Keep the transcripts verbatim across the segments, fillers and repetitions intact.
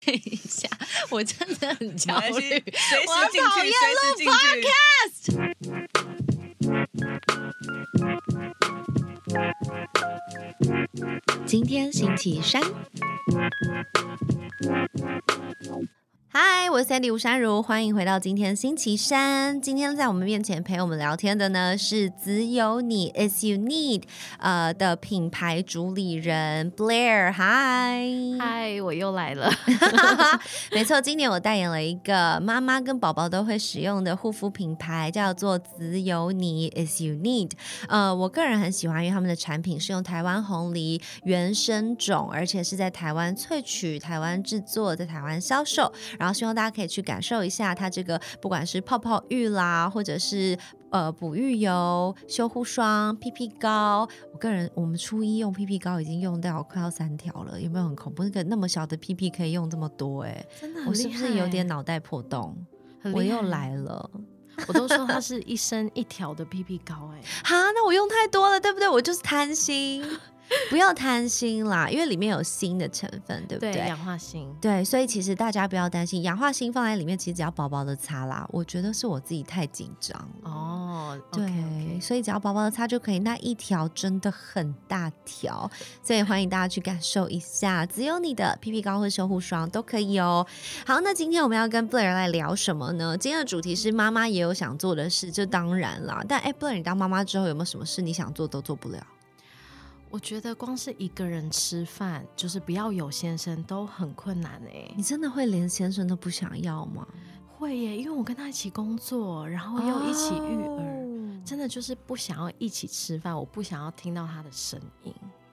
等一下，我真的很焦虑， 随时进我讨去， 厌录随时进去。 Podcast。今天星期三。嗨，我是 Sandy 吴珊如，欢迎回到今天星期三。今天在我们面前陪我们聊天的呢是只有你 Is You Need 呃的品牌主理人 Blair。嗨， 嗨，我又来了。 没错，今年我代言了一个妈妈跟宝宝都会使用的护肤品牌，叫做只有你 Is You Need。呃，我个人很喜欢，因为他们的产品是用台湾红梨原生种，而且是在台湾萃取、台湾制作，在台湾销售。然后希望大家可以去感受一下它这个，不管是泡泡浴啦，或者是呃补浴油、修护霜、P P 膏。我个人我们初一用 P P 膏已经用掉快要三条了，有没有很恐怖？那个那么小的 P P 可以用这么多哎、欸， 真的很厉害欸， 我是不是有点脑袋破洞？我又来了。 我都说它是一生一条的 P P 膏哎、欸， 哈，那我用太多了，对不对？我就是贪心。不要贪心啦，因为里面有锌的成分，对不对？ 对，氧化锌。 对，所以其实大家不要担心，氧化锌放在里面，其实只要薄薄的擦啦。我觉得是我自己太紧张哦。 对 okay, okay. 所以只要薄薄的擦就可以。那一条真的很大条，所以欢迎大家去感受一下。只有你的 P P 膏或修护霜都可以哦。好，那今天我们要跟 Blair 来聊什么呢？今天的主题是妈妈也有想做的事，这当然啦。但哎 ，Blair， 你当妈妈之后有没有什么事你想做都做不了？ 我觉得光是一个人吃饭，就是不要有先生都很困难哎、欸。 你真的会连先生都不想要吗？ 会耶，因为我跟他一起工作，然后又一起育儿， 哦、 真的就是不想要一起吃饭，我不想要听到他的声音。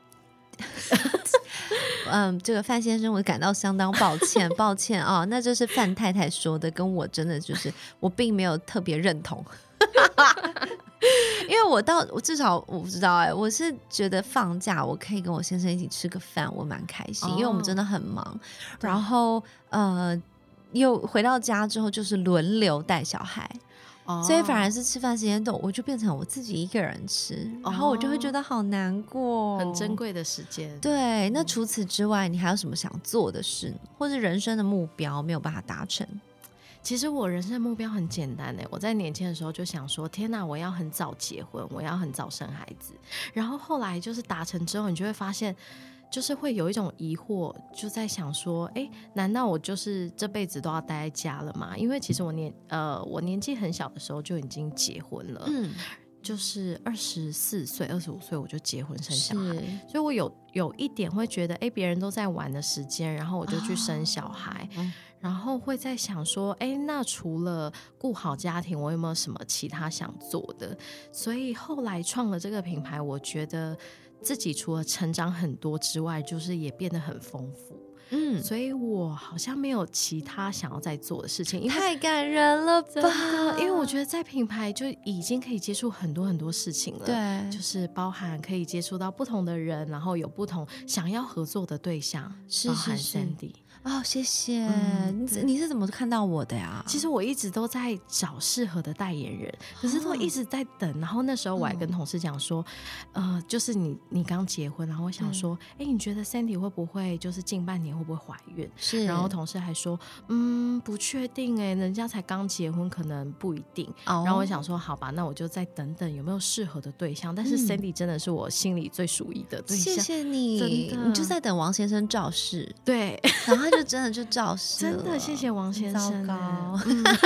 嗯，这个范先生我感到相当抱歉，抱歉哦，那就是范太太说的，跟我真的就是我并没有特别认同。因为我到我至少我不知道哎、欸，我是觉得放假我可以跟我先生一起吃个饭，我蛮开心， oh, 因为我们真的很忙，然后呃又回到家之后就是轮流带小孩。Oh. 所以反而是吃饭时间都我就变成我自己一个人吃， oh. 然后我就会觉得好难过， 很珍贵的时间。 对，那除此之外你还有什么想做的事，或是人生的目标没有办法达成？ 其实我人生的目标很简单耶，我在年轻的时候就想说，天哪，我要很早结婚，我要很早生孩子。然后后来就是达成之后，你就会发现就是会有一种疑惑，就在想说，哎，难道我就是这辈子都要待在家了吗？因为其实我年呃我年纪很小的时候就已经结婚了，嗯，就是二十四岁、二十五岁我就结婚生小孩，所以我有有一点会觉得，哎，别人都在玩的时间，然后我就去生小孩。哦，然后会在想说，哎，那除了顾好家庭，我有没有什么其他想做的？所以后来创了这个品牌，我觉得自己除了成长很多之外，就是也变得很丰富。嗯，所以我好像没有其他想要再做的事情。 太感人了吧！ 因为我觉得在品牌就已经可以接触很多很多事情了， 对， 就是包含可以接触到不同的人，然后有不同想要合作的对象， 是包含 Sandy。 哦，谢谢、嗯、你, 你是怎么看到我的呀？ 其实我一直都在找适合的代言人，可是都一直在等、哦、然后那时候我还跟同事讲说、嗯、呃，就是你你刚结婚，然后我想说哎、嗯，你觉得 Sandy 会不会就是近半年会不会怀孕？ 是， 然后同事还说嗯不确定哎，人家才刚结婚，可能不一定、哦、然后我想说好吧，那我就再等等有没有适合的对象。但是 Sandy 真的是我心里最属意的对象。 谢谢你，你就在等王先生肇事。 对， 然后就真的就肇事了， 真的谢谢王先生。 糟糕。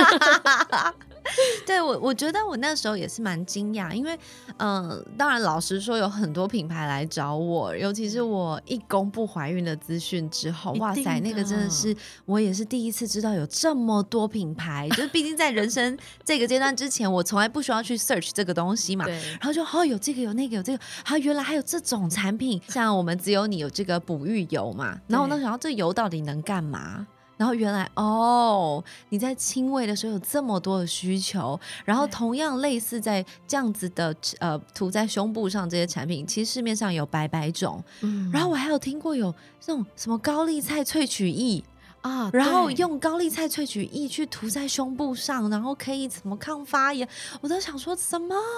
对，我我觉得我那时候也是蛮惊讶，因为嗯、呃，当然老实说有很多品牌来找我，尤其是我一公布怀孕的资讯之后，哇塞，那个真的是我也是第一次知道有这么多品牌，就是毕竟在人生这个阶段之前，我从来不需要去 search 这个东西嘛，然后就哦有这个有那个有这个，啊原来还有这种产品，像我们只有你有这个哺育油嘛，然后我那时候想到这油到底能干嘛？然后原来哦，你在亲喂的时候有这么多的需求，然后同样类似在这样子的呃涂在胸部上这些产品，其实市面上有百百种、嗯、然后我还有听过有这种什么高丽菜萃取液啊，然后用高丽菜萃取液去涂在胸部上，然后可以怎么抗发炎，我都想说什么，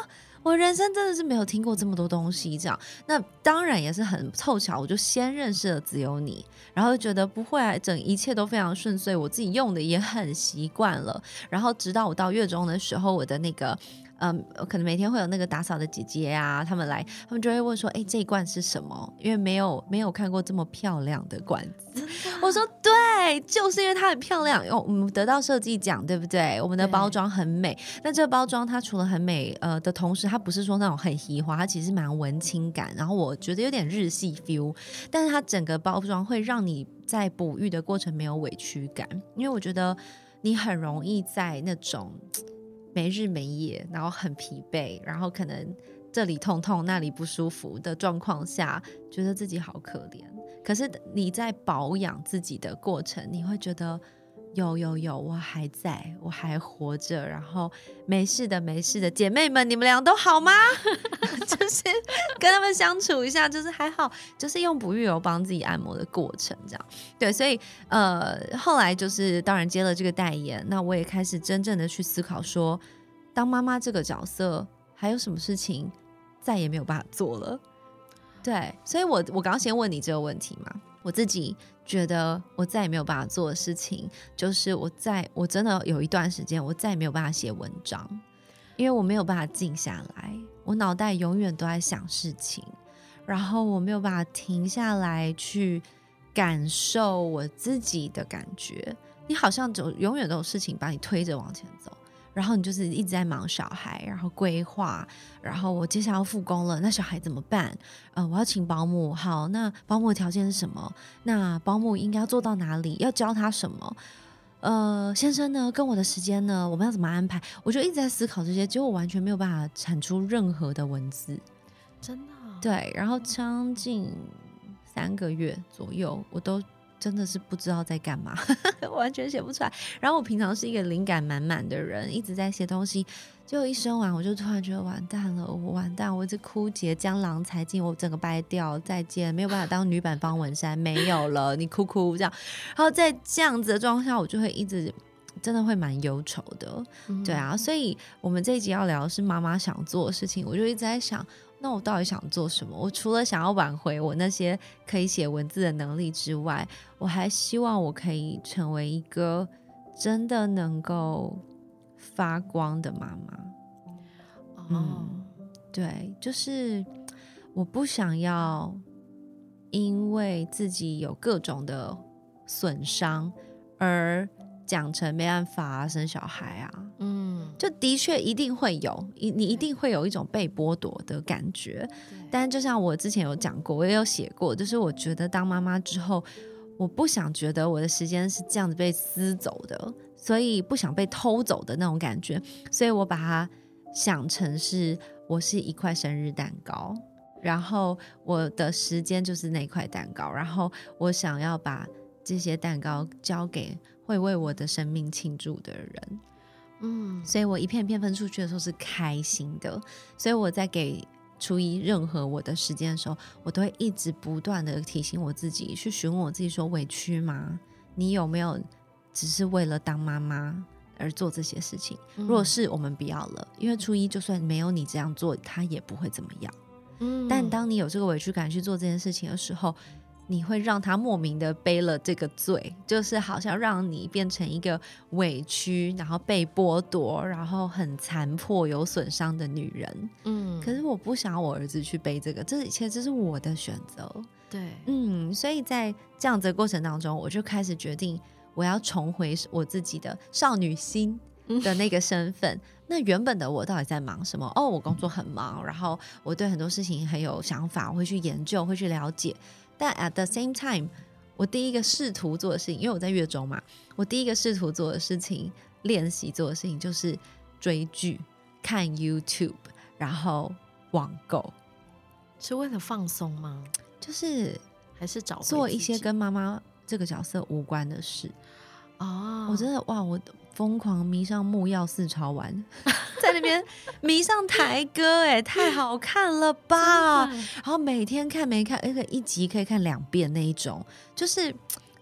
我人生真的是没有听过这么多东西这样。那当然也是很凑巧，我就先认识了只有你，然后就觉得不会啊，整一切都非常顺遂，我自己用的也很习惯了。然后直到我到月中的时候，我的那个嗯，可能每天会有那个打扫的姐姐啊，他们来，他们就会问说，哎，这一罐是什么？因为没有没有看过这么漂亮的罐子。我说对，就是因为它很漂亮，我们得到设计奖，对不对？我们的包装很美。那这个包装它除了很美呃的同时，它不是说那种很稀花，它其实蛮文青感，然后我觉得有点日系 feel， 但是它整个包装会让你在哺育的过程没有委屈感，因为我觉得你很容易在那种没日没夜，然后很疲惫，然后可能这里痛痛那里不舒服的状况下，觉得自己好可怜。可是你在保养自己的过程，你会觉得有有有，我还在，我还活着，然后没事的没事的，姐妹们你们俩都好吗？就是跟他们相处一下，就是还好，就是用哺育油帮自己按摩的过程这样。对，所以呃后来就是当然接了这个代言，那我也开始真正的去思考说，当妈妈这个角色还有什么事情再也没有办法做了。对，所以我我刚刚先问你这个问题嘛，我自己觉得我再也没有办法做的事情，就是我在我真的有一段时间我再也没有办法写文章，因为我没有办法静下来，我脑袋永远都在想事情，然后我没有办法停下来去感受我自己的感觉。你好像就永远都有事情把你推着往前走，然后你就是一直在忙小孩，然后规划，然后我接下来要复工了，那小孩怎么办？呃，我要请保姆，好，那保姆的条件是什么？那保姆应该要做到哪里？要教他什么？呃，先生呢？跟我的时间呢？我们要怎么安排？我就一直在思考这些，结果我完全没有办法产出任何的文字， 真的、哦、 对，然后将近三个月左右，我都真的是不知道在干嘛完全写不出来。然后我平常是一个灵感满满的人，一直在写东西，结果一生完我就突然觉得完蛋了，我完蛋，我一直枯竭江郎才尽，我整个掰掉，再见，没有办法当女版方文山，没有了，你哭哭这样。然后在这样子的状况下，我就会一直真的会蛮忧愁的、嗯、对啊，所以我们这一集要聊的是妈妈想做的事情，我就一直在想，那我到底想做什么？我除了想要挽回我那些可以写文字的能力之外，我还希望我可以成为一个真的能够发光的妈妈。哦、嗯，对，就是我不想要因为自己有各种的损伤而讲成没办法生小孩啊，嗯，就的确一定会有，你一定会有一种被剥夺的感觉。但就像我之前有讲过，我也有写过，就是我觉得当妈妈之后，我不想觉得我的时间是这样子被撕走的，所以不想被偷走的那种感觉，所以我把它想成是我是一块生日蛋糕，然后我的时间就是那块蛋糕，然后我想要把这些蛋糕交给会为我的生命庆祝的人，嗯，所以我一片片分出去的时候是开心的。所以我在给初一任何我的时间的时候，我都会一直不断的提醒我自己，去询问我自己说，委屈吗？你有没有只是为了当妈妈而做这些事情？如果是，我们不要了，因为初一就算没有你这样做，他也不会怎么样。嗯，但当你有这个委屈感去做这件事情的时候，你会让他莫名的背了这个罪，就是好像让你变成一个委屈，然后被剥夺，然后很残破有损伤的女人。嗯，可是我不想要我儿子去背这个，这一切这是我的选择。 对， 嗯，所以在这样子的过程当中，我就开始决定我要重回我自己的少女心的那个身份。那原本的我到底在忙什么？哦，我工作很忙，然后我对很多事情很有想法，我会去研究，会去了解。但 at the same time， 我第一个试图做的事情，因为我在月中嘛，我第一个试图做的事情，练习做的事情就是追剧、看 YouTube， 然后网购。 是为了放松吗？ 就是还是找做一些跟妈妈这个角色无关的事。哦，我真的哇，我疯狂迷上木曜四超玩在那边迷上台歌，哎，太好看了吧！然后每天看没看，那个一集可以看两遍那一种，就是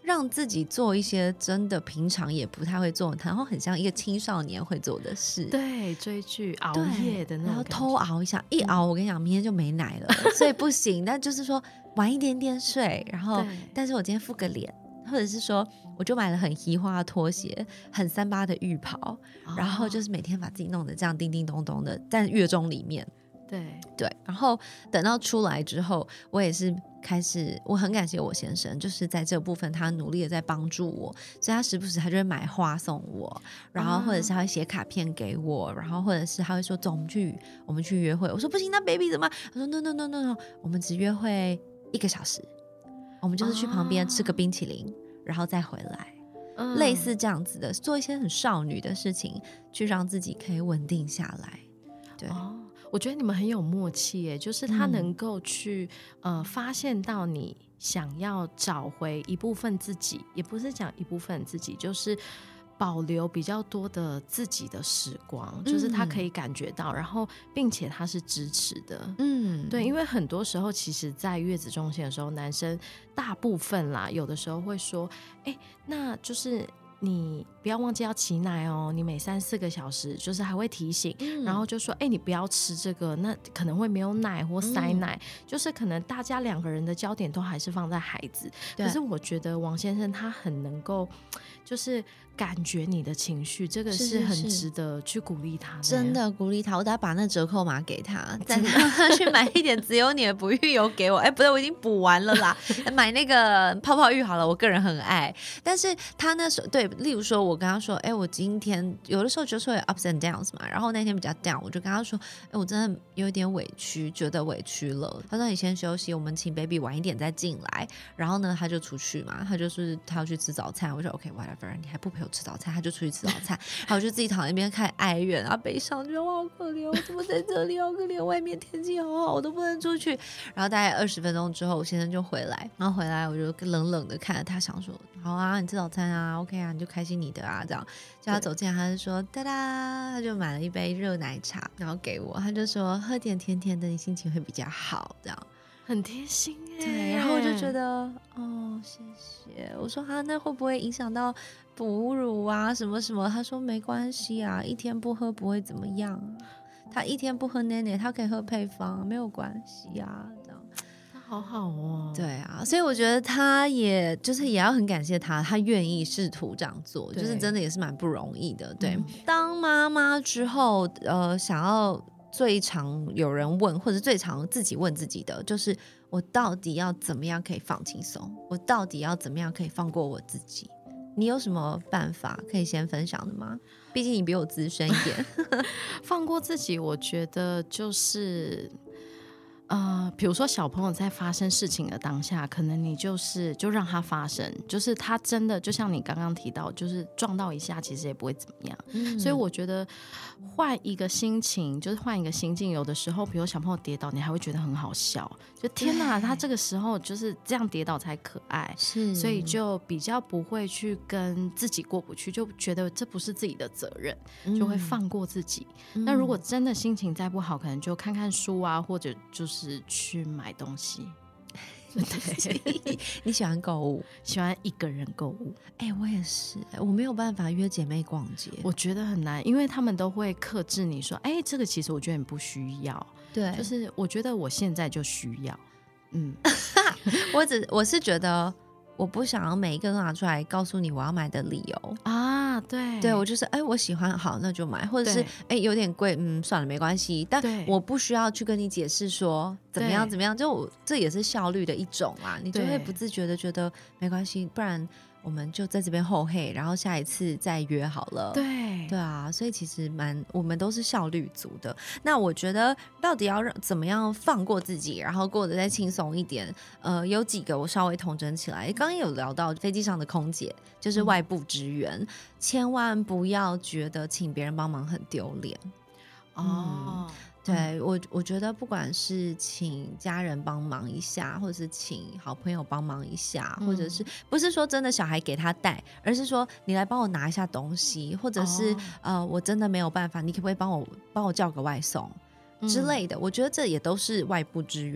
让自己做一些真的平常也不太会做，然后很像一个青少年会做的事。 对，追剧熬夜的那种， 然后偷熬一下，一熬我跟你讲，明天就没奶了，所以不行。但就是说晚一点点睡，然后但是我今天敷个脸，或者是说我就买了很嘻花的拖鞋，很三八的浴袍，哦、然后就是每天把自己弄得这样叮叮咚咚的，在月中里面。 对对，然后等到出来之后，我也是开始，我很感谢我先生，就是在这部分他努力的在帮助我，所以他时不时他就会买花送我，然后或者是他会写卡片给我，然后或者是他会说走我们去我们去约会，我说不行，那 baby 怎么办？他说 no no no no no， 我们只约会一个小时，我们就是去旁边吃个冰淇淋，哦、然后再回来。嗯、类似这样子的，做一些很少女的事情，去让自己可以稳定下来。对。哦， 我觉得你们很有默契耶，就是他能够去、嗯、呃发现到你想要找回一部分自己，也不是讲一部分自己，就是保留比较多的自己的时光，嗯、就是他可以感觉到，然后并且他是支持的。嗯，对，因为很多时候其实在月子中心的时候，男生大部分啦有的时候会说哎，那就是你不要忘记要挤奶哦，你每三四个小时就是还会提醒、嗯、然后就说哎，你不要吃这个，那可能会没有奶或塞奶、嗯、就是可能大家两个人的焦点都还是放在孩子。可是我觉得王先生他很能够就是感觉你的情绪，这个是很值得去鼓励他的。 真的鼓励他，我等下把那折扣码给他，再让他去买一点只有你的不育油给我。哎，不对，我已经补完了啦买那个泡泡浴好了，我个人很爱。但是他那时候对，例如说我跟他说哎，我今天有的时候就是会有 ups and downs 嘛，然后那天比较 down， 我就跟他说哎，我真的有点委屈，觉得委屈了。他说你先休息，我们请 baby 晚一点再进来。然后呢他就出去嘛，他就是他要去吃早餐，我说 OK whatever， 你还不陪我吃早餐，他就出去吃早餐然后我就自己躺在那边看哀怨啊悲伤，觉得我好可怜，我怎么在这里好可怜，外面天气好好我都不能出去。然后大概二十分钟之后我先生就回来，然后回来我就冷冷的看着他，想说好啊你吃早餐啊 OK 啊，你就开心你的啊，这样叫他走进来，他就说哒哒，他就买了一杯热奶茶然后给我，他就说喝点甜甜的你心情会比较好，这样很贴心耶。 对，然后我就觉得哦谢谢，我说他那会不会影响到哺乳啊什么什么，他说没关系啊，一天不喝不会怎么样，他一天不喝奶奶他可以喝配方没有关系啊，这样他好好哦。 对啊，所以我觉得他也就是也要很感谢他，他愿意试图这样做，就是真的也是蛮不容易的。对、嗯、当妈妈之后呃，想要最常有人问或者最常自己问自己的就是我到底要怎么样可以放轻松，我到底要怎么样可以放过我自己，你有什么办法可以先分享的吗？毕竟你比我资深一点放过自己我觉得就是呃，比如说小朋友在发生事情的当下，可能你就是就让他发生，就是他真的就像你刚刚提到，就是撞到一下其实也不会怎么样、嗯、所以我觉得换一个心情，就是换一个心境，有的时候比如小朋友跌倒你还会觉得很好笑，就天哪他这个时候就是这样跌倒才可爱，是，所以就比较不会去跟自己过不去，就觉得这不是自己的责任、嗯、就会放过自己、嗯、那如果真的心情再不好，可能就看看书啊，或者就是是去买东西对你喜欢购物， 喜欢一个人购物。 哎、欸，我也是，我没有办法约姐妹逛街， 我觉得很难，因为他们都会克制你说哎、欸，这个其实我觉得你不需要，对，就是我觉得我现在就需要嗯我只我是觉得我不想要每一个都拿出来告诉你我要买的理由啊，对对，我就是哎，我喜欢好那就买，或者是哎有点贵嗯算了没关系，但我不需要去跟你解释说怎么样怎么样，就我这也是效率的一种啦，你就会不自觉的觉得没关系，不然我们就在这边后黑，然后下一次再约好了。对对啊，所以其实蛮我们都是效率足的。那我觉得到底要让怎么样放过自己，然后过得再轻松一点，呃，有几个我稍微统整起来。刚刚有聊到飞机上的空姐就是外部支援、嗯、千万不要觉得请别人帮忙很丢脸哦。嗯对，我我觉得不管是请家人帮忙一下，或者是请好朋友帮忙一下、嗯、或者是不是说真的小孩给他带，而是说你来帮我拿一下东西，或者是、哦、呃我真的没有办法，你可不可以帮我帮我叫个外送之类的、嗯、我觉得这也都是外部支援。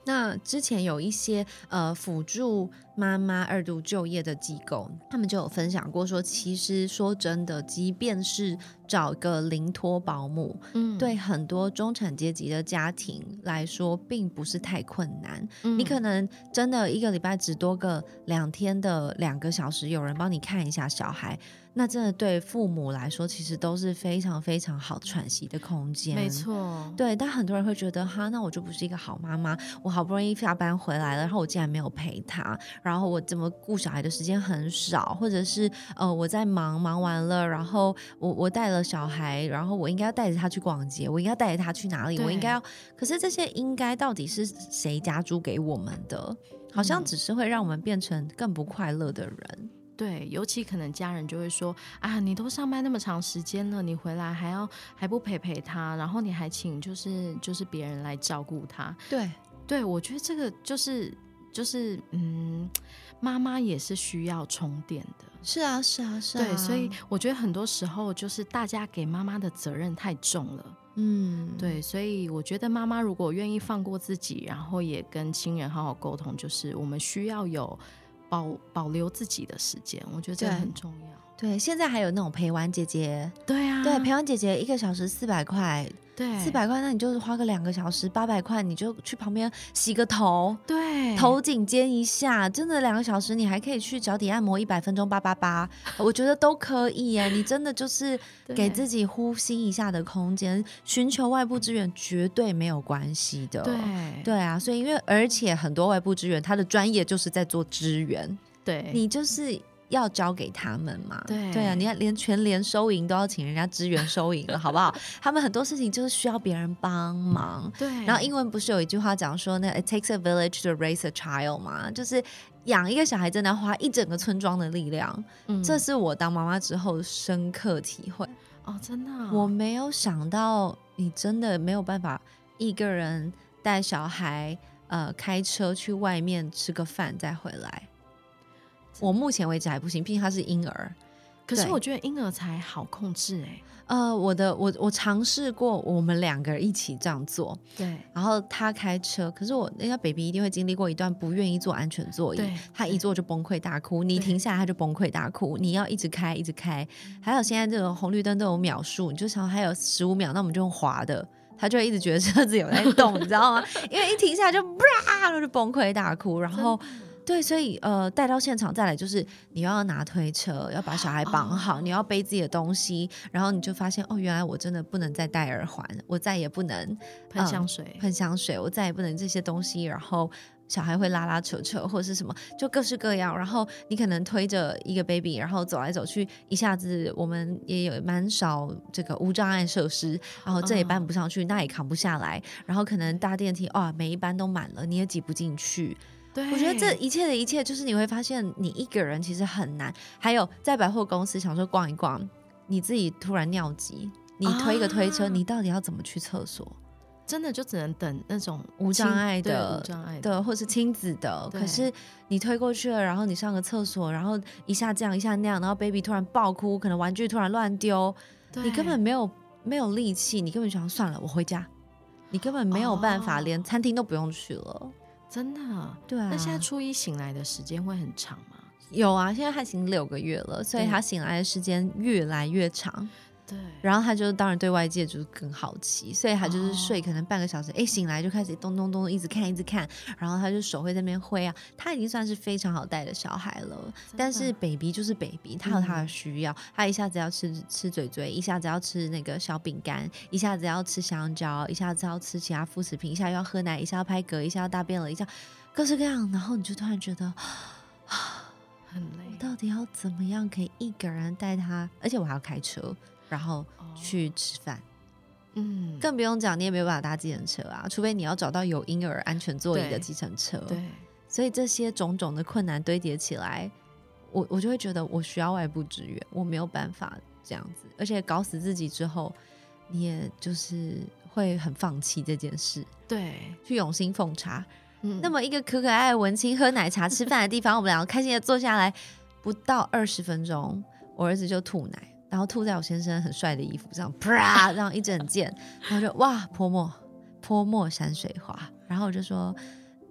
那之前有一些呃辅助妈妈二度就业的机构，他们就有分享过说，其实说真的，即便是找个临托保姆，嗯，对很多中产阶级的家庭来说，并不是太困难。嗯、你可能真的一个礼拜只多个两天的两个小时，有人帮你看一下小孩。那真的对父母来说其实都是非常非常好喘息的空间。 没错， 对，但很多人会觉得哈，那我就不是一个好妈妈，我好不容易下班回来了，然后我竟然没有陪他，然后我怎么顾小孩的时间很少，或者是呃我在忙忙完了，然后我我带了小孩，然后我应该要带着他去逛街，我应该带着他去哪里，我应该要，可是这些应该到底是谁加诸给我们的？好像只是会让我们变成更不快乐的人。 对，尤其可能家人就会说啊，你都上班那么长时间了，你回来还要还不陪陪他，然后你还请就是就是别人来照顾他。 对对，我觉得这个就是就是嗯，妈妈也是需要充电的。 是啊是啊是啊。 对，所以我觉得很多时候就是大家给妈妈的责任太重了。嗯，对，所以我觉得妈妈如果愿意放过自己，然后也跟亲人好好沟通，就是我们需要有保保留自己的时间，我觉得这个很重要。 对，现在还有那种陪玩姐姐。 对啊， 对，陪玩姐姐一个小时四百块。 对， 四百块，那你就是花个两个小时，八百块，你就去旁边洗个头， 对， 头颈肩一下，真的两个小时，你还可以去脚底按摩一百分钟八八八，我觉得都可以耶。你真的就是给自己呼吸一下的空间，寻求外部资源绝对没有关系的。 对， 对啊，所以因为而且很多外部资源，他的专业就是在做支援， 对， 你就是要交给他们嘛。 对对啊，你看连全联收银都要请人家支援收银了，好不好？他们很多事情就是需要别人帮忙。 对， 然后英文不是有一句话讲说呢 ，It takes a village to raise a child 嘛，就是养一个小孩真的要花一整个村庄的力量。嗯，这是我当妈妈之后深刻体会。 哦，真的、哦， 我没有想到你真的没有办法一个人带小孩，呃，开车去外面吃个饭再回来。我目前为止还不行，毕竟他是婴儿。 可是我觉得婴儿才好控制哎、欸。 呃，我的我我尝试过，我们两个人一起这样做， 对。 然后他开车，可是我那个 baby 一定会经历过一段不愿意坐安全座椅，他一坐就崩溃大哭，你停下来他就崩溃大哭，你要一直开一直开。还有现在这种红绿灯都有秒数，你就想还有十五秒，那我们就用滑的。他就会一直觉得车子有在动，你知道吗？因为一停下来就啪就崩溃大哭，然后。对，所以呃，带到现场再来就是你要拿推车，要把小孩绑好， oh. 你要背自己的东西，然后你就发现哦，原来我真的不能再戴耳环，我再也不能喷香水、 呃，喷香水，我再也不能这些东西，然后小孩会拉拉扯扯或者是什么，就各式各样。然后你可能推着一个 baby， 然后走来走去，一下子我们也有蛮少这个无障碍设施，然后这也搬不上去， oh. 那也扛不下来，然后可能搭电梯，哇，每一班都满了，你也挤不进去。我觉得这一切的一切就是你会发现你一个人其实很难。还有在百货公司想说逛一逛，你自己突然尿急，你推一个推车、啊、你到底要怎么去厕所？ 真的就只能等那种无障碍的无障碍的, 的或是亲子的。可是你推过去了，然后你上个厕所，然后一下这样一下那样，然后 baby 突然爆哭，可能玩具突然乱丢，你根本没有没有力气，你根本想算了我回家，你根本没有办法、哦、连餐厅都不用去了。 真的？ 对啊。 那现在初一醒来的时间会很长吗？ 有啊，现在他已经六个月了，所以他醒来的时间越来越长。 对。 然后他就当然对外界就是更好奇，所以他就是睡可能半个小时，哎、哦，醒来就开始咚咚咚一直看一直看，然后他就手会在那边挥啊。他已经算是非常好带的小孩了，但是 baby 就是 baby， 他有他的需要，嗯、他一下子要吃吃嘴嘴，一下子要吃那个小饼干，一下子要吃香蕉，一下子要吃其他副食品，一下又要喝奶，一下要拍嗝，一下要大便了，一下各式各样，然后你就突然觉得很累， 我到底要怎么样可以一个人带他，而且我还要开车然后去吃饭、哦、嗯，更不用讲你也没有办法搭计程车啊，除非你要找到有婴儿安全座椅的计程车。 对, 对，所以这些种种的困难堆叠起来，我我就会觉得我需要外部支援，我没有办法这样子，而且搞死自己之后你也就是会很放弃这件事。 对， 去永兴奉茶、嗯、那么一个可可爱文青喝奶茶吃饭的地方我们两个开心的坐下来，不到二十分钟我儿子就吐奶，然后吐在我先生很帅的衣服上，啪，这样一整件，然后就哇，泼墨泼墨山水画，然后我就说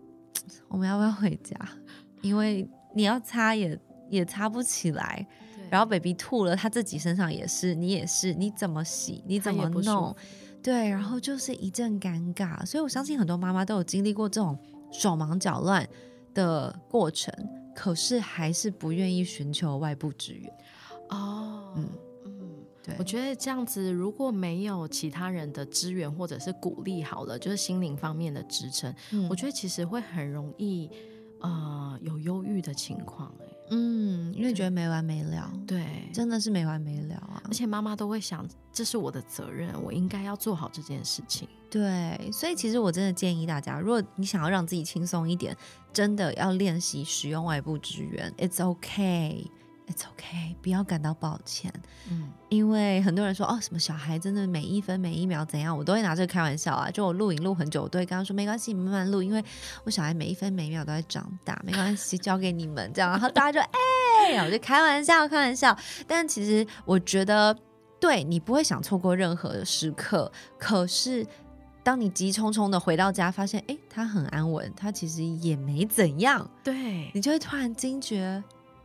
我们要不要回家？因为你要擦也也擦不起来，然后 baby 吐了，他自己身上也是，你也是，你怎么洗？你怎么弄？对，然后就是一阵尴尬。所以我相信很多妈妈都有经历过这种手忙脚乱的过程，可是还是不愿意寻求外部支援。 哦， 嗯。 我觉得这样子如果没有其他人的支援或者是鼓励好了，就是心灵方面的支撑、嗯、我觉得其实会很容易呃有忧郁的情况、欸、 嗯，因为觉得没完没了， 对， 真的是没完没了啊！ 而且妈妈都会想这是我的责任，我应该要做好这件事情。 对，所以其实我真的建议大家，如果你想要让自己轻松一点，真的要练习使用外部支援。 It's okay It's okay， 不要感到抱歉。嗯，因为很多人说哦，什么小孩真的每一分每一秒怎样，我都会拿这个开玩笑啊。就我录影录很久，我都会跟他说没关系，你慢慢录，因为我小孩每一分每一秒都在长大，没关系，交给你们这样。然后大家就哎、欸，我就开玩笑开玩笑。但其实我觉得，对你不会想错过任何的时刻，可是当你急匆匆的回到家，发现哎，他很安稳，他其实也没怎样， 对， 你就会突然惊觉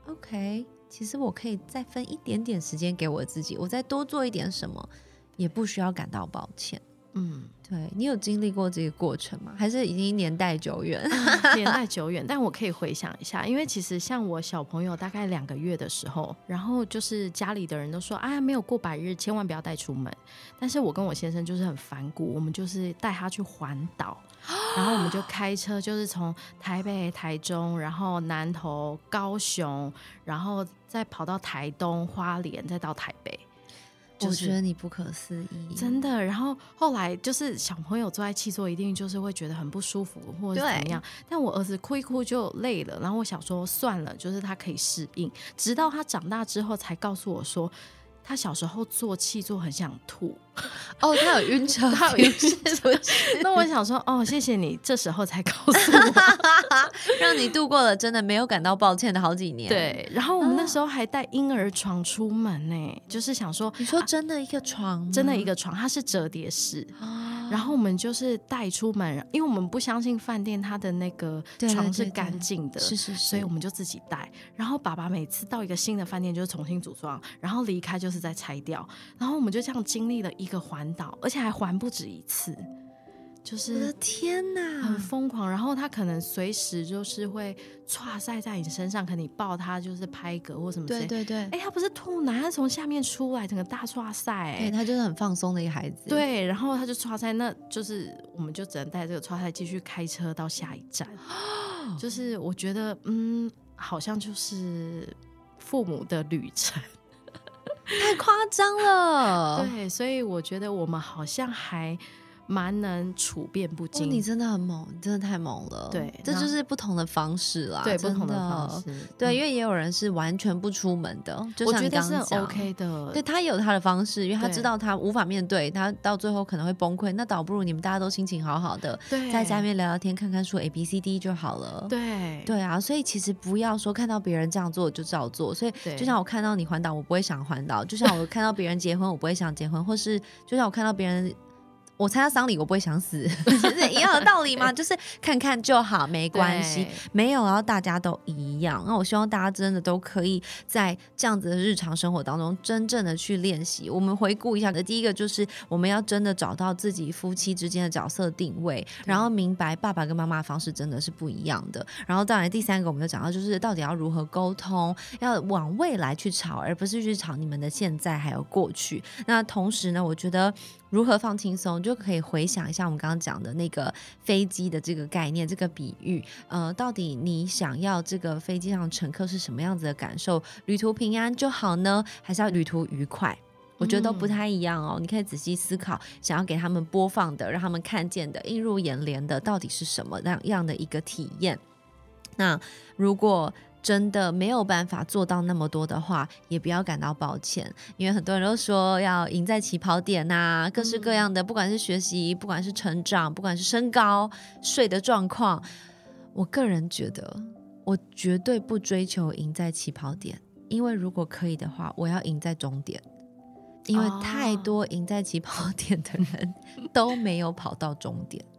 OK，其实我可以再分一点点时间给我自己，我再多做一点什么，也不需要感到抱歉。嗯，对，你有经历过这个过程吗？还是已经年代久远？ 年代久远，但我可以回想一下，因为其实像我小朋友大概两个月的时候，然后就是家里的人都说啊，没有过百日千万不要带出门，但是我跟我先生就是很反骨，我们就是带他去环岛，然后我们就开车就是从台北、台中，然后南投、高雄，然后再跑到台东、花莲，再到台北。 就是、我觉得你不可思议， 真的。然后后来就是小朋友坐在汽座一定就是会觉得很不舒服或者怎么样，但我儿子哭一哭就累了，然后我想说算了，就是他可以适应，直到他长大之后才告诉我说他小时候坐汽座很想吐。 哦，他有晕车， 他有晕车。那我想说哦，谢谢你这时候才告诉我让你度过了真的没有感到抱歉的好几年。 对，然后我们那时候还带婴儿床出门呢、欸啊、就是想说你说真的一个床吗、 啊、真的一个床，它是折叠式、哦、然后我们就是带出门，因为我们不相信饭店它的那个床是干净的， 是是是， 所以我们就自己带。然后爸爸每次到一个新的饭店就是重新组装，然后离开就是再拆掉，然后我们就这样经历了一个环岛，而且还环不止一次，就是我的天哪， 很疯狂。然后他可能随时就是会唰晒在你身上，可能你抱他就是拍嗝或什么之类。 对对对， 哎，他不是吐奶，他从下面出来，整个大唰晒。 对，他就是很放松的一个孩子。 对，然后他就唰晒，那就是我们就只能带这个唰晒继续开车到下一站。就是我觉得，嗯，好像就是父母的旅程。 太夸张了。 对，所以我觉得我们好像还蛮能处变不惊、哦、 你真的很猛，你真的太猛了。 对， 这就是不同的方式啦。 对，不同的方式。 对、嗯，因为也有人是完全不出门的，就像你刚刚讲， 我觉得是 OK 的。 对，他也有他的方式，因为他知道他无法面对，他到最后可能会崩溃，那倒不如你们大家都心情好好的，在家里面聊聊天，看看书 A B C D 就好了。 对对啊，所以其实不要说看到别人这样做就照做。所以就像我看到你环岛，我不会想环岛；就像我看到别人结婚，我不会想结婚；或是就像我看到别人。我参加丧礼我不会想死是一样的道理吗？就是看看就好，没关系，没有然后大家都一样。那我希望大家真的都可以在这样子的日常生活当中真正的去练习。我们回顾一下的第一个就是我们要真的找到自己夫妻之间的角色定位，然后明白爸爸跟妈妈的方式真的是不一样的。然后当然第三个我们就讲到就是到底要如何沟通，要往未来去吵，而不是去吵你们的现在还有过去。那同时呢，我觉得如何放轻松，就可以回想一下我们刚刚讲的那个飞机的这个概念，这个比喻。呃，到底你想要这个飞机上的乘客是什么样子的感受？旅途平安就好呢，还是要旅途愉快？我觉得都不太一样哦。嗯、你可以仔细思考，想要给他们播放的、让他们看见的、映入眼帘的，到底是什么样的一个体验？那如果真的没有办法做到那么多的话，也不要感到抱歉，因为很多人都说要赢在起跑点啊，各式各样的，不管是学习，不管是成长，不管是身高、睡的状况，我个人觉得我绝对不追求赢在起跑点，因为如果可以的话，我要赢在终点，因为太多赢在起跑点的人都没有跑到终点。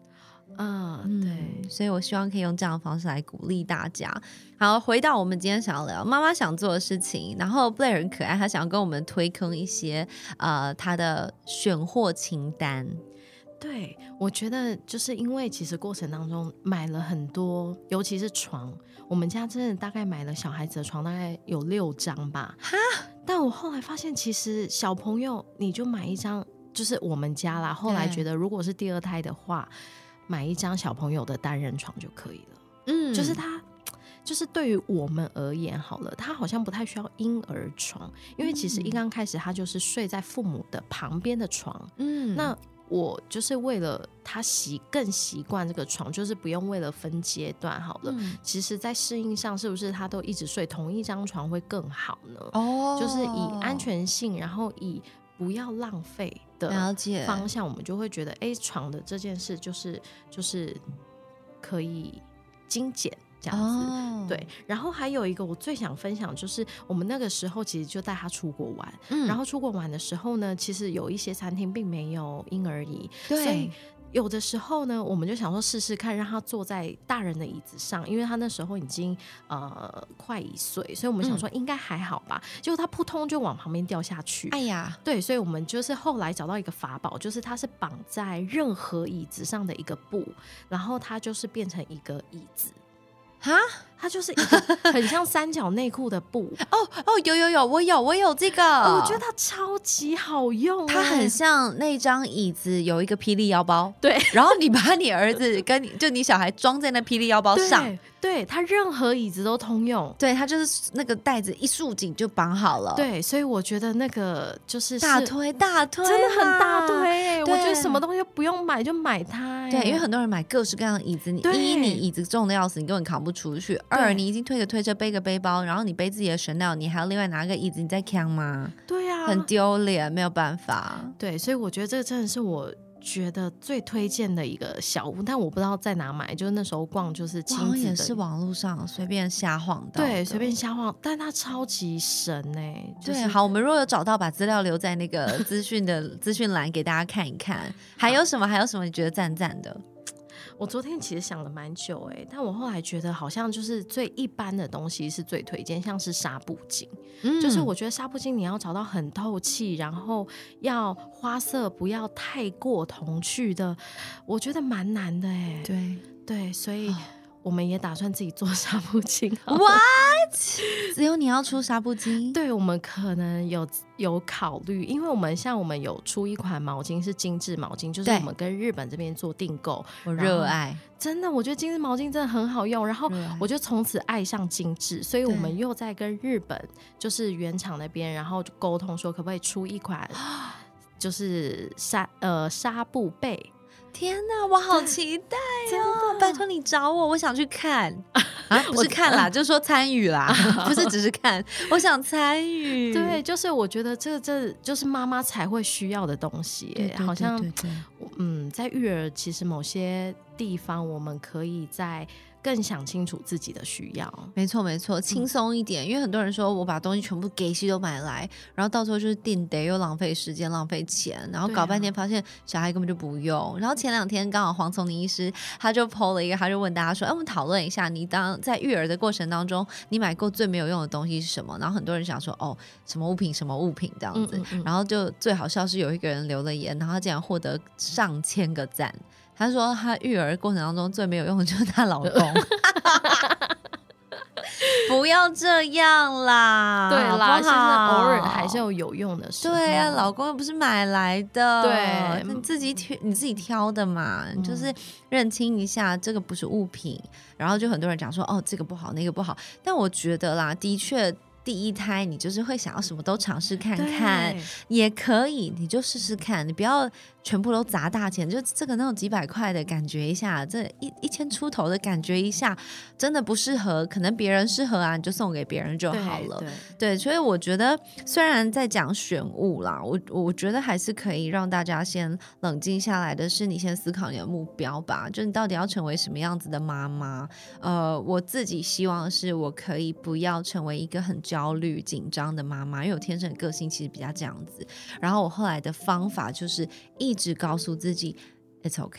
嗯， 嗯， 对， 所以我希望可以用这样的方式来鼓励大家。好，回到我们今天想要聊妈妈想做的事情，然后 Blair 很可爱，他想要跟我们推坑一些呃他的选货清单。 对，我觉得就是因为其实过程当中买了很多，尤其是床，我们家真的大概买了小孩子的床大概有六张吧。 哈， 但我后来发现，其实小朋友你就买一张，就是我们家啦。后来觉得，如果是第二胎的话，买一张小朋友的单人床就可以了。 嗯， 就是他。就是对于我们而言好了，他好像不太需要婴儿床，因为其实一刚开始他就是睡在父母的旁边的床。嗯，那我就是为了他习更习惯这个床，就是不用为了分阶段好了。嗯、其实在适应上是不是他都一直睡同一张床会更好呢？哦，就是以安全性，然后以不要浪费的方向，我们就会觉得哎，床的这件事就是就是可以精简这样子。哦，对。然后还有一个我最想分享，就是我们那个时候其实就带他出国玩。嗯，然后出国玩的时候呢，其实有一些餐厅并没有婴儿椅，对，所以有的时候呢，我们就想说试试看，让他坐在大人的椅子上，因为他那时候已经呃快一岁，所以我们想说应该还好吧。嗯、结果他扑通就往旁边掉下去。哎呀，对，所以我们就是后来找到一个法宝，就是它是绑在任何椅子上的一个布，然后它就是变成一个椅子。哈，它就是一个很像三角内裤的布。 哦哦，有有有，我有我有这个， 哦、我觉得它超级好用。 它很像那张椅子有一个霹雳腰包， 对， 然后你把你儿子跟你就你小孩装在那霹雳腰包上， 对，对，它任何椅子都通用。 对，它就是那个带子一束紧就绑好了。 对，所以我觉得那个就是大推大推， 真的很大推。我觉得什么东西不用买就买它。 对，因为很多人买各式各样的椅子，你一你椅子重的要死，你根本扛不出去；二你已经推个推车背个背包，然后你背自己的 Chanel， 你还要另外拿个椅子，你在扛吗？ 对啊， 很丢脸，没有办法。 对，所以我觉得这个真的是我觉得最推荐的一个小物，但我不知道在哪买，就是那时候逛就是亲子的， 也是网络上随便瞎晃到， 对，随便瞎晃，但它超级神哎、欸就是。 对，好，我们如果有找到，把资料留在那个资讯的资讯栏给大家看一看。还有什么？还有什么你觉得赞赞的？ 我昨天其实想了蛮久哎、欸，但我后来觉得好像就是最一般的东西是最推荐，像是纱布巾、嗯，就是我觉得纱布巾你要找到很透气，然后要花色不要太过童趣的，我觉得蛮难的哎、欸。 对对，所以我们也打算自己做纱布巾。 What？ 只有你要出纱布巾？ 对，我们可能有有考虑，因为我们像我们有出一款毛巾是精致毛巾，就是我们跟日本这边做订购， 我热爱， 真的，我觉得精致毛巾真的很好用，然后我就从此爱上精致，所以我们又在跟日本就是原厂那边，然后沟通说可不可以出一款就是纱呃纱布被。 天哪，我好期待哦！拜托你找我，我想去看啊，不是看啦，就说参与啦，不是只是看，我想参与。 对，就是我觉得这这就是妈妈才会需要的东西，对对对对对，好像嗯，在育儿其实某些地方我们可以在更想清楚自己的需要。 没错没错，轻松一点、嗯、因为很多人说我把东西全部给西都买来，然后到时候就是订得又浪费时间浪费钱，然后搞半天发现小孩根本就不用、啊、然后前两天刚好黄聪宁医师他就 po 了一个，他就问大家说哎，我们讨论一下你当在育儿的过程当中你买过最没有用的东西是什么，然后很多人想说哦什么物品什么物品这样子、嗯嗯嗯、然后就最好笑是有一个人留了言，然后他竟然获得上千个赞，他说他育儿过程当中最没有用的就是她老公不要这样啦， 对啦，其实偶尔还是有有用的事。 对啊，老公又不是买来的，对，你自己挑你自己挑的嘛、嗯、就是认清一下这个不是物品，然后就很多人讲说哦这个不好那个不好，但我觉得啦的确第一胎你就是会想要什么都尝试看看，也可以你就试试看，你不要全部都砸大钱，就这个那种几百块的感觉一下，这一一千出头的感觉一下，真的不适合，可能别人适合啊，你就送给别人就好了。 对, 对, 对，所以我觉得虽然在讲选物啦，我我觉得还是可以让大家先冷静下来的是你先思考你的目标吧，就你到底要成为什么样子的妈妈。呃，我自己希望是我可以不要成为一个很焦虑紧张的妈妈，因为我天生的个性其实比较这样子，然后我后来的方法就是一直告诉自己 It's okay，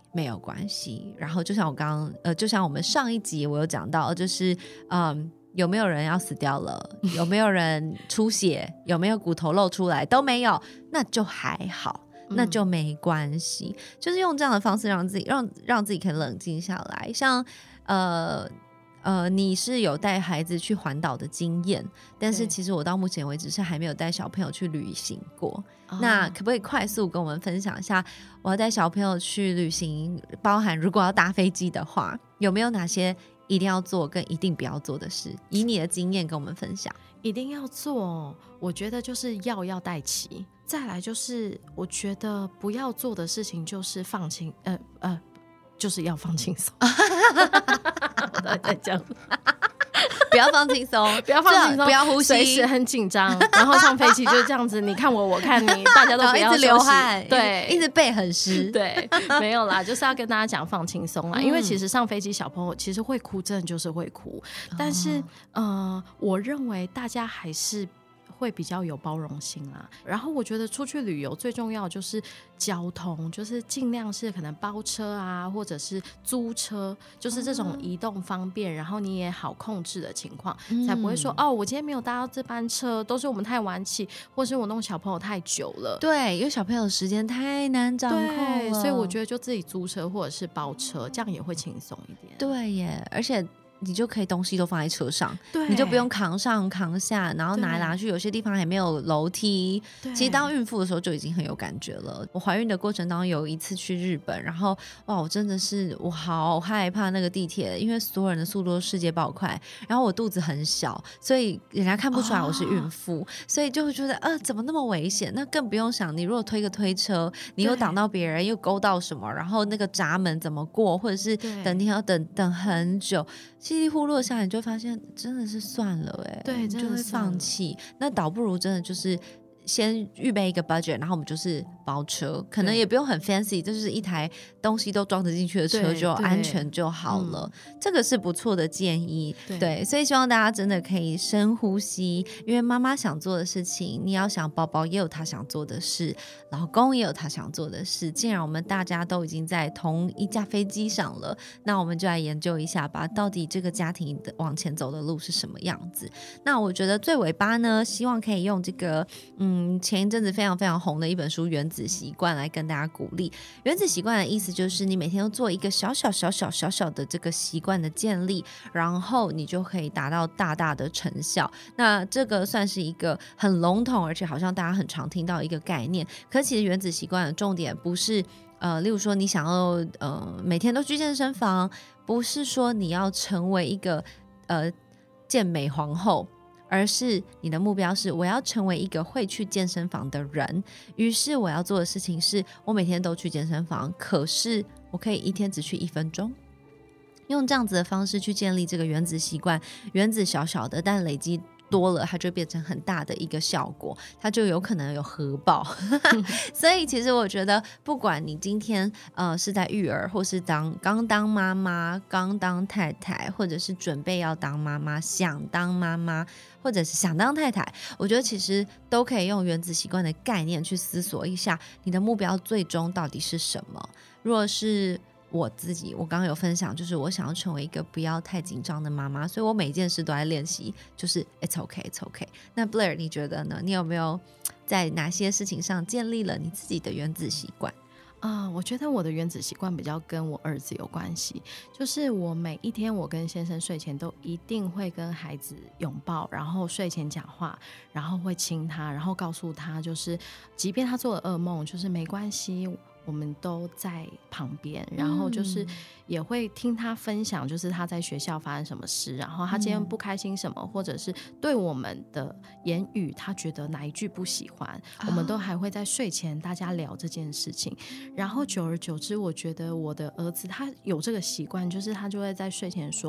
没有关系。然后就像我刚刚呃，就像我们上一集我有讲到，就是嗯。有没有人要死掉了？有没有人出血？有没有骨头露出来？都没有，那就还好，那就没关系。嗯、就是用这样的方式让自己让让自己可以冷静下来。像呃呃，你是有带孩子去环岛的经验，但是其实我到目前为止是还没有带小朋友去旅行过。那可不可以快速跟我们分享一下，我要带小朋友去旅行，包含如果要搭飞机的话，有没有哪些一定要做跟一定不要做的事？以你的经验跟我们分享。 一定要做，我觉得就是药要带齐。再来就是我觉得不要做的事情就是放轻呃呃，就是要放轻松。我到底在讲不要放轻松， 不要放轻松，不要呼吸， 随时很紧张，然后上飞机就这样子，你看我，我看你，大家都不要休息， 一直流汗， 对， 一直背很湿， 对，没有啦，就是要跟大家讲放轻松啦、嗯。因为其实上飞机小朋友其实会哭，真的就是会哭，但是、哦、呃，我认为大家还是会比较有包容心啦。然后我觉得出去旅游最重要就是交通，就是尽量是可能包车啊，或者是租车，就是这种移动方便，然后你也好控制的情况、嗯、才不会说哦，我今天没有搭到这班车，都是我们太晚起，或是我弄小朋友太久了。 对，因为小朋友的时间太难掌控了， 所以我觉得就自己租车或者是包车，这样也会轻松一点。 对耶，而且你就可以东西都放在车上，你就不用扛上扛下，然后拿来拿去，有些地方还没有楼梯。其实当孕妇的时候就已经很有感觉了。我怀孕的过程当中有一次去日本，然后哇，我真的是我好害怕那个地铁，因为所有人的速度都世界爆快，然后我肚子很小，所以人家看不出来我是孕妇、哦、所以就会觉得呃怎么那么危险。那更不用想你如果推个推车，你又挡到别人又勾到什么，然后那个闸门怎么过，或者是等天要等等很久，稀里糊涂下来你就发现真的是算了哎、欸， 对，真的就会放弃。那倒不如真的就是先预备一个 budget， 然后我们就是包车，可能也不用很 fancy， 就是一台东西都装得进去的车就安全就好了、嗯、这个是不错的建议。 对, 对，所以希望大家真的可以深呼吸，因为妈妈想做的事情，你要想宝宝也有他想做的事，老公也有他想做的事，既然我们大家都已经在同一架飞机上了，那我们就来研究一下吧，到底这个家庭的往前走的路是什么样子。那我觉得最尾巴呢，希望可以用这个嗯嗯，前一阵子非常非常红的一本书《原子习惯》来跟大家鼓励。原子习惯的意思就是你每天都做一个小小小小小小的这个习惯的建立，然后你就可以达到大大的成效。那这个算是一个很笼统，而且好像大家很常听到一个概念。可其实原子习惯的重点不是呃，例如说你想要呃每天都去健身房，不是说你要成为一个呃健美皇后，而是你的目标是我要成为一个会去健身房的人。于是我要做的事情是我每天都去健身房，可是我可以一天只去一分钟，用这样子的方式去建立这个原子习惯。原子小小的，但累积多了它就变成很大的一个效果，它就有可能有核爆所以其实我觉得不管你今天呃是在育儿，或是当刚当妈妈，刚当太太，或者是准备要当妈妈，想当妈妈，或者是想当太太，我觉得其实都可以用原子习惯的概念去思索一下你的目标最终到底是什么。如果是我自己，我刚刚有分享，就是我想要成为一个不要太紧张的妈妈，所以我每件事都在练习，就是 it's okay it's okay。 那 Blair 你觉得呢？你有没有在哪些事情上建立了你自己的原子习惯？ Uh, 我觉得我的原子习惯比较跟我儿子有关系，就是我每一天我跟先生睡前都一定会跟孩子拥抱，然后睡前讲话，然后会亲他，然后告诉他就是即便他做了噩梦就是没关系，我们都在旁边，然后就是也会听他分享就是他在学校发生什么事，然后他今天不开心什么、嗯、或者是对我们的言语他觉得哪一句不喜欢、哦、我们都还会在睡前大家聊这件事情。然后久而久之我觉得我的儿子他有这个习惯，就是他就会在睡前说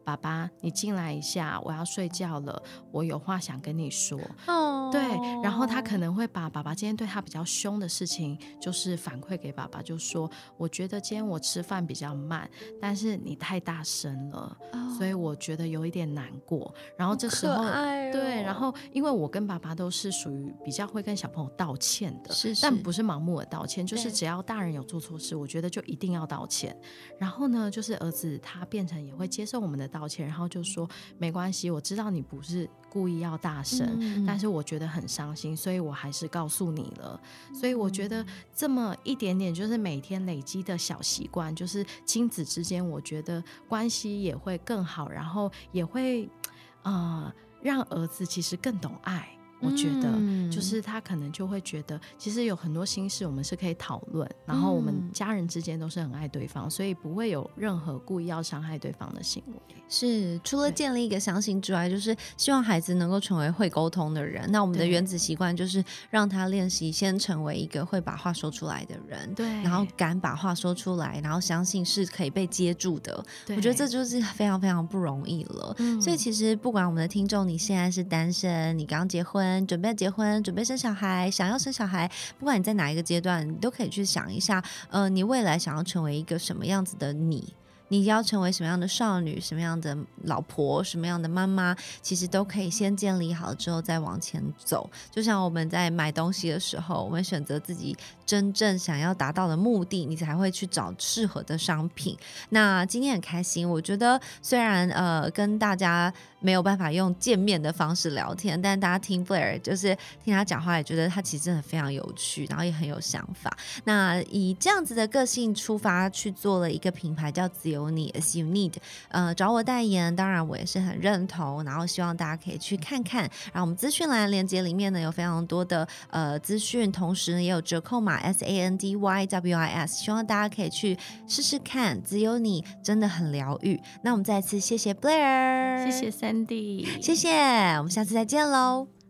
爸爸你进来一下，我要睡觉了，我有话想跟你说。 哦， 对，然后他可能会把爸爸今天对他比较凶的事情就是反馈给爸爸，就说我觉得今天我吃饭比较慢，但是你太大声了，哦，所以我觉得有一点难过。然后这时候， 哦， 对，然后因为我跟爸爸都是属于比较会跟小朋友道歉的， 是是， 但不是盲目的道歉，就是只要大人有做错事，我觉得就一定要道歉。然后呢，就是儿子他变成也会接受我们的道歉，然后就说没关系，我知道你不是故意要大声，嗯，但是我觉得很伤心，所以我还是告诉你了。所以我觉得这么一点点就是每天累积的小习惯，就是亲子之间我觉得关系也会更好，然后也会呃让儿子其实更懂爱。我觉得就是他可能就会觉得其实有很多心事我们是可以讨论，然后我们家人之间都是很爱对方，所以不会有任何故意要伤害对方的行为。 是除了建立一个相信之外，就是希望孩子能够成为会沟通的人。那我们的原子习惯就是让他练习先成为一个会把话说出来的人， 对， 然后敢把话说出来，然后相信是可以被接住的。我觉得这就是非常非常不容易了，嗯，所以其实不管我们的听众你现在是单身，你刚结婚，准备结婚，准备生小孩，想要生小孩，不管你在哪一个阶段，你都可以去想一下呃，你未来想要成为一个什么样子的你，你要成为什么样的少女，什么样的老婆，什么样的妈妈，其实都可以先建立好之后再往前走。就像我们在买东西的时候，我们选择自己真正想要达到的目的，你才会去找适合的商品。那今天很开心，我觉得虽然呃跟大家没有办法用见面的方式聊天，但大家听 Blair 就是听他讲话也觉得他其实真的非常有趣，然后也很有想法。那以这样子的个性出发去做了一个品牌叫只有你 As You Need， 呃，找我代言，当然我也是很认同，然后希望大家可以去看看。然后我们资讯栏连结里面呢有非常多的呃资讯，同时呢也有折扣码 S A N D Y W I S， 希望大家可以去试试看，只有你真的很疗愈。那我们再次谢谢 Blair， 谢谢 Sandy， 谢谢，我们下次再见喽。